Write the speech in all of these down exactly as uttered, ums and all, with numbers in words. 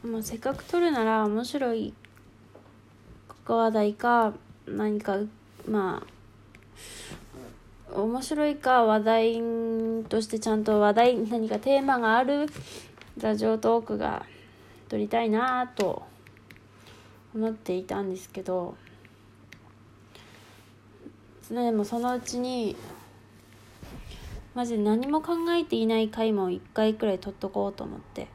まあ、せっかく撮るなら面白い話題か何か、まあ面白いか話題としてちゃんと話題何かテーマがあるラジオトークが撮りたいなと思っていたんですけど、でもそのうちにマジで何も考えていない回もいっかいくらい撮っとこうと思って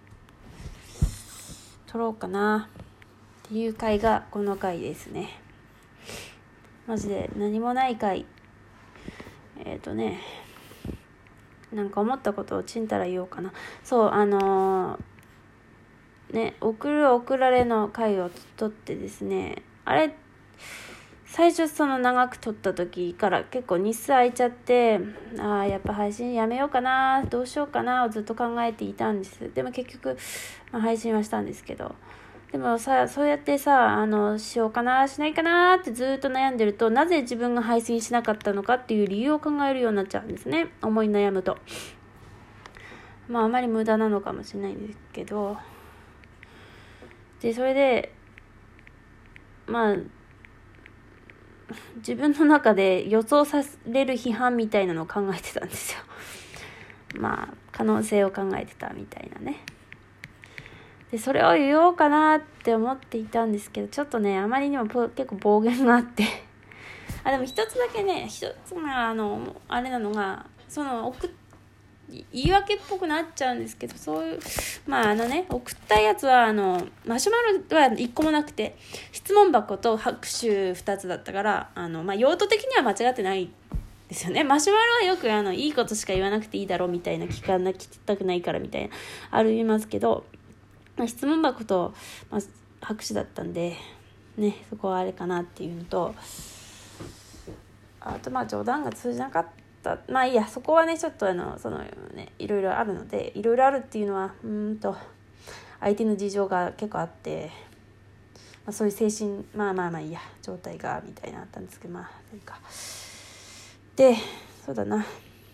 撮ろうかなっていう回がこの回ですね。マジで何もない回、えっとねなんか思ったことをちんたら言おうかな。そうあのー、ね送る送られの回を撮ってですね、あれ最初その長く撮った時から結構日数空いちゃって、ああやっぱ配信やめようかなどうしようかなをずっと考えていたんです。でも結局、まあ、配信はしたんですけど、でもさそうやってさあのしようかなしないかなってずっと悩んでると、なぜ自分が配信しなかったのかっていう理由を考えるようになっちゃうんですね。思い悩むと、まああまり無駄なのかもしれないんですけど、でそれでまあ自分の中で予想される批判みたいなのを考えてたんですよ。まあ可能性を考えてたみたいなね。でそれを言おうかなって思っていたんですけど、ちょっとねあまりにも結構暴言があってあでも一つだけね一つがあのあれなのが、その送っ言い訳っぽくなっちゃうんですけど、そういうまああのね送ったやつはあのマシュマロはいっこもなくて質問箱と拍手ふたつだったから、あのまあ用途的には間違ってないですよね。マシュマロはよくあのいいことしか言わなくていいだろうみたいな、聞かなきたくないからみたいなある言いますけど、まあ、質問箱と、まあ、拍手だったんでね、そこはあれかなっていうのと、あとまあ冗談が通じなかったまあいいや、そこはねちょっとあのそのねいろいろあるので、いろいろあるっていうのはうーんと相手の事情が結構あって、まあ、そういう精神まあまあまあいいや状態がみたいなあったんですけど、まあなんかでそうだな、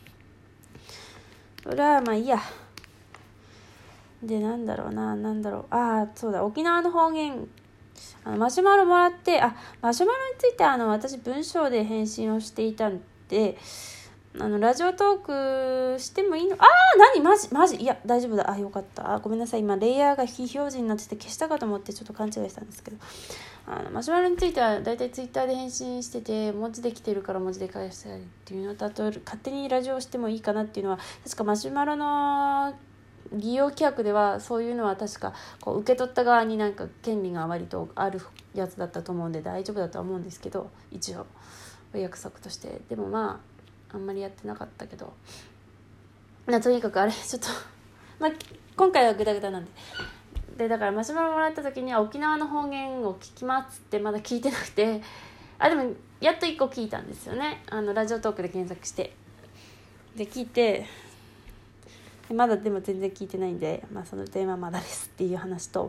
それはまあいいや。でなんだろうななんだろうああそうだ、沖縄の方言あのマシュマロもらって、あマシュマロについてあの私文章で返信をしていたんで、あのラジオトークしてもいいの？ああ何マジマジいや大丈夫だ、あよかった、あごめんなさい、今レイヤーが非表示になってて消したかと思ってちょっと勘違いしたんですけど、あのマシュマロについてはだいたいツイッターで返信してて、文字で来てるから文字で返したりっていうのと、あと勝手にラジオしてもいいかなっていうのは確かマシュマロの利用規約ではそういうのは確かこう受け取った側になんか権利が割とあるやつだったと思うんで大丈夫だとは思うんですけど、一応お約束として。でもまああんまりやってなかったけど、なとにかくあれちょっとまあ今回はグダグダなんででだからマシュマロもらった時には沖縄の方言を聞きますってまだ聞いてなくて、あでもやっといっこ聞いたんですよね。あのラジオトークで検索してで聞いて、まだでも全然聞いてないんで、まあその点はまだですっていう話と、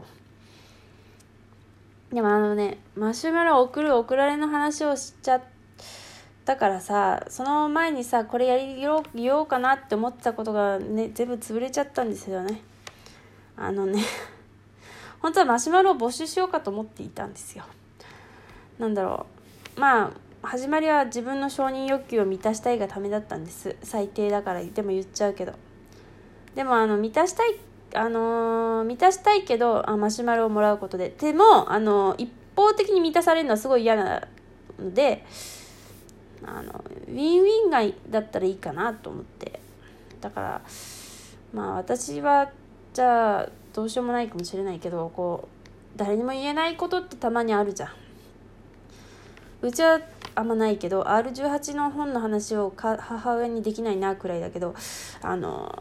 でもあのねマシュマロ送る送られの話をしちゃったからさ、その前にさこれやりよう言おうかなって思ってたことがね全部潰れちゃったんですよね。あのね本当はマシュマロを募集しようかと思っていたんですよ。なんだろう、まあ始まりは自分の承認欲求を満たしたいがためだったんです。最低だからでも言っちゃうけど、でもあの満たしたいあのー、満たしたいけどあマシュマロをもらうことででもあのー、一方的に満たされるのはすごい嫌なので、あのウィンウィンがだったらいいかなと思って、だからまあ私はじゃあどうしようもないかもしれないけど、こう誰にも言えないことってたまにあるじゃん。うちはあんまないけど アールじゅうはち の本の話をか母親にできないなくらいだけど、あの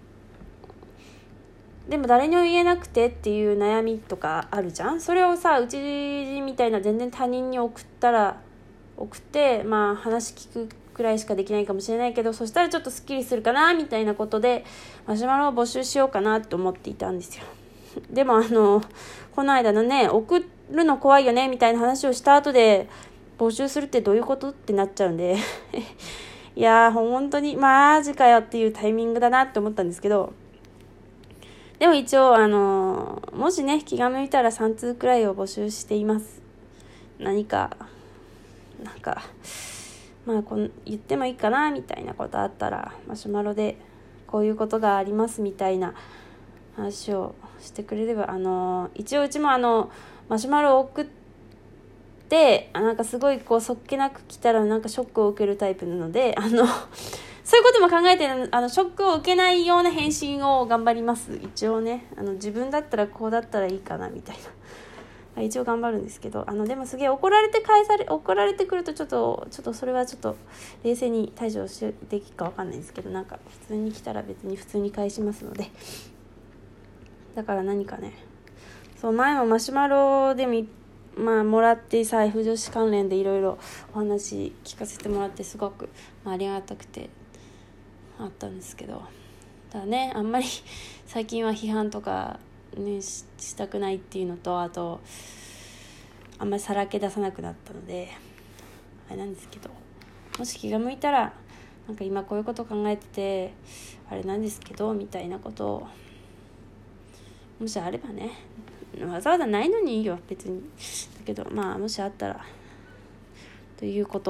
でも誰にも言えなくてっていう悩みとかあるじゃん。それをさうちみたいな全然他人に送ったら送ってまあ話聞くくらいしかできないかもしれないけど、そしたらちょっとスッキリするかなみたいなことでマシュマロを募集しようかなと思っていたんですよ。でもあのこの間のね送るの怖いよねみたいな話をした後で募集するってどういうことってなっちゃうんでいやー本当にマジかよっていうタイミングだなって思ったんですけど、 でも一応あのもしね気が向いたらさん通くらいを募集しています。何かなんかまあこん言ってもいいかなみたいなことあったらマシュマロでこういうことがありますみたいな話をしてくれれば、あの一応うちもあのマシュマロを送ってなんかすごいこうそっけなく来たらなんかショックを受けるタイプなので、あのそういうことも考えてあのショックを受けないような返信を頑張ります。一応ねあの自分だったらこうだったらいいかなみたいな一応頑張るんですけど、あのでもすげえ怒られて返され怒られてくるとちょっとちょっとそれはちょっと冷静に対処しできるかわかんないですけど、なんか普通に来たら別に普通に返しますので、だから何かねそう前もマシュマロでもまあもらってさ F 女子関連でいろいろお話聞かせてもらってすごく、まあ、ありがたくてあったんですけど、ただねあんまり最近は批判とか、ね、し, したくないっていうのと、あとあんまりさらけ出さなくなったのであれなんですけど、もし気が向いたらなんか今こういうこと考えててあれなんですけどみたいなことをもしあればね、わざわざないのにいいよ別に、だけどまあもしあったらということ。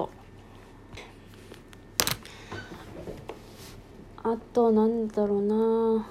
あとなんだろうな、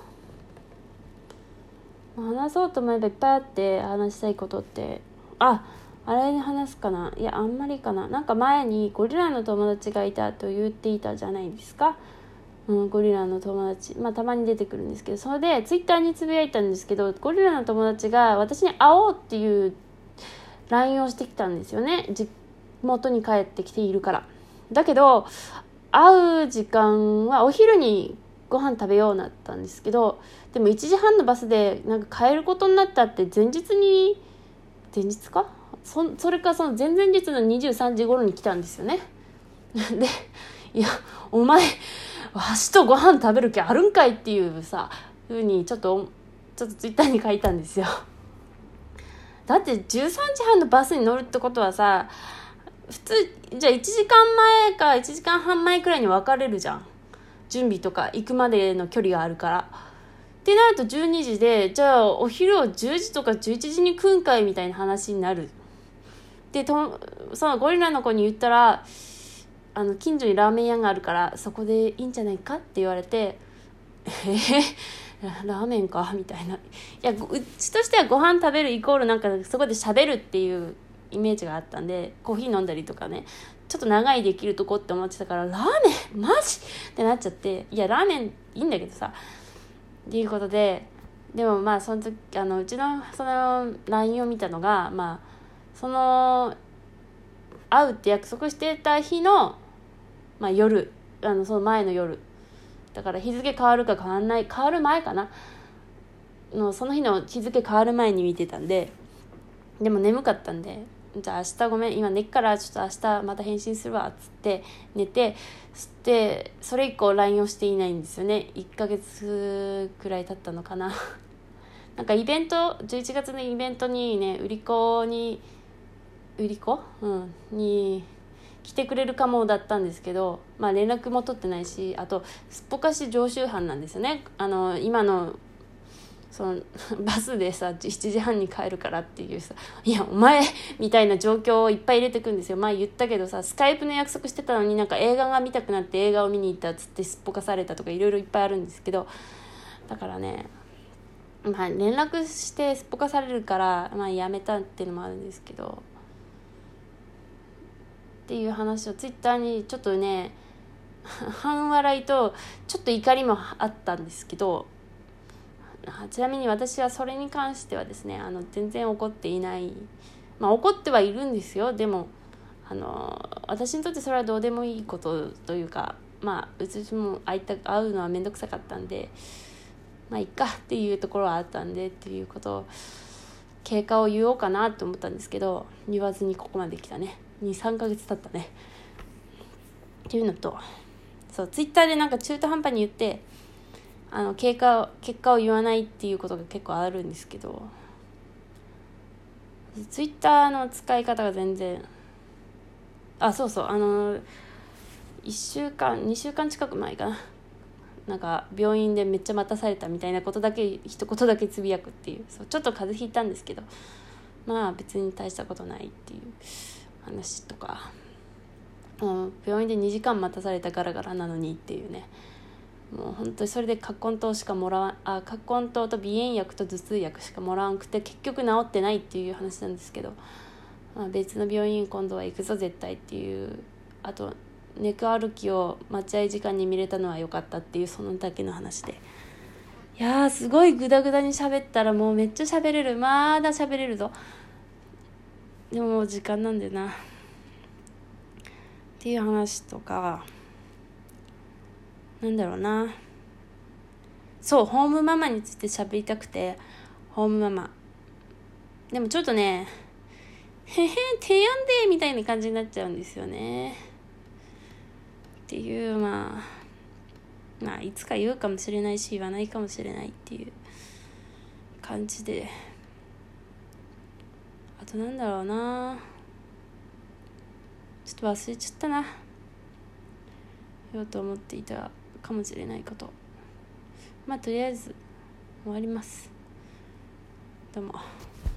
話そうと思えばいっぱいあって話したいことって、ああれに話すかな、いやあんまりかな、なんか前にゴリラの友達がいたと言っていたじゃないですか、うん、ゴリラの友達、まあたまに出てくるんですけど、それでツイッターにつぶやいたんですけど、ゴリラの友達が私に会おうっていう ライン をしてきたんですよね、地元に帰ってきているから。だけど会う時間はお昼にご飯食べようなったんですけど、でもいちじはんのバスでなんか帰ることになったって前日に前日か そ, それかその前々日のにじゅうさんじ頃に来たんですよね。でいやお前わしとご飯食べる気あるんかいっていうさ風にちょっとちょっとツイッターに書いたんですよ。だってじゅうさんじはんのバスに乗るってことはさ、普通じゃあいちじかんまえかいちじかんはん前くらいに別れるじゃん、準備とか行くまでの距離があるから。ってなるとじゅうにじで、じゃあお昼をじゅうじとかじゅういちじに食うんかいみたいな話になる。でとそのゴリラの子に言ったら、あの近所にラーメン屋があるからそこでいいんじゃないかって言われて、えー、ラーメンかみたいな。いやうちとしてはご飯食べるイコールなんかそこで喋るっていうイメージがあったんで、コーヒー飲んだりとかね、ちょっと長いできるとこって思ってたから、ラーメンマジってなっちゃって、いやラーメンいいんだけどさっていうことで、でもまあその時あのうちのその ライン を見たのが、まあその会うって約束してた日の、まあ、夜あのその前の夜だから、日付変わるか変わんない変わる前かなのその日の日付変わる前に見てたんで、でも眠かったんで、じゃあ明日ごめん今寝っからちょっと明日また返信するわっつって寝て、そしてそれ以降 ライン をしていないんですよね。いっかげつくらい経ったのかななんかイベントじゅういちがつのイベントにね、売り子に売り子、うん、に来てくれるかもだったんですけど、まあ連絡も取ってないし、あとすっぽかし常習犯なんですよね。あの今のそのバスでさしちじはんに帰るからっていうさ、いやお前みたいな状況をいっぱい入れてくんですよ。前言ったけどさ、スカイプの約束してたのになんか映画が見たくなって映画を見に行ったっつってすっぽかされたとかいろいろいっぱいあるんですけど、だからねまあ連絡してすっぽかされるからまあやめたっていうのもあるんですけど、っていう話をツイッターにちょっとね半笑いとちょっと怒りもあったんですけど、ちなみに私はそれに関してはですね、あの全然怒っていない、まあ怒ってはいるんですよ。でもあの私にとってそれはどうでもいいことというか、まあ私も会いた会うのはめんどくさかったんで、まあいっかっていうところはあったんでっていうことを経過を言おうかなと思ったんですけど、言わずにここまで来たね。にさんかげつ経ったねっていうのと、そうツイッターでなんか中途半端に言ってあの経過結果を言わないっていうことが結構あるんですけど、ツイッターの使い方が全然、あそうそうあのいっしゅうかんにしゅうかん近く前かななんか病院でめっちゃ待たされたみたいなことだけ一言だけつぶやくっていう、そうちょっと風邪ひいたんですけど、まあ別に大したことないっていう話とか、うん、病院でにじかん待たされたガラガラなのにっていうね、もう本当にそれで葛根湯しかもらわあ葛根湯と鼻炎薬と頭痛薬しかもらわんくて結局治ってないっていう話なんですけど、まあ、別の病院今度は行くぞ絶対っていう、あと猫歩きを待合時間に見れたのは良かったっていう、そのだけの話で、いやーすごいグダグダに喋ったらもうめっちゃ喋れる、まだ喋れるぞ。でももう時間なんだよなっていう話とか、なんだろうな、そうホームママについて喋りたくて、ホームママでもちょっとね、へへ提案でみたいな感じになっちゃうんですよねっていう、まあまあいつか言うかもしれないし言わないかもしれないっていう感じで、あとなんだろうな、ちょっと忘れちゃったな、言おうと思っていたかもしれないこと。まあとりあえず終わります。どうも。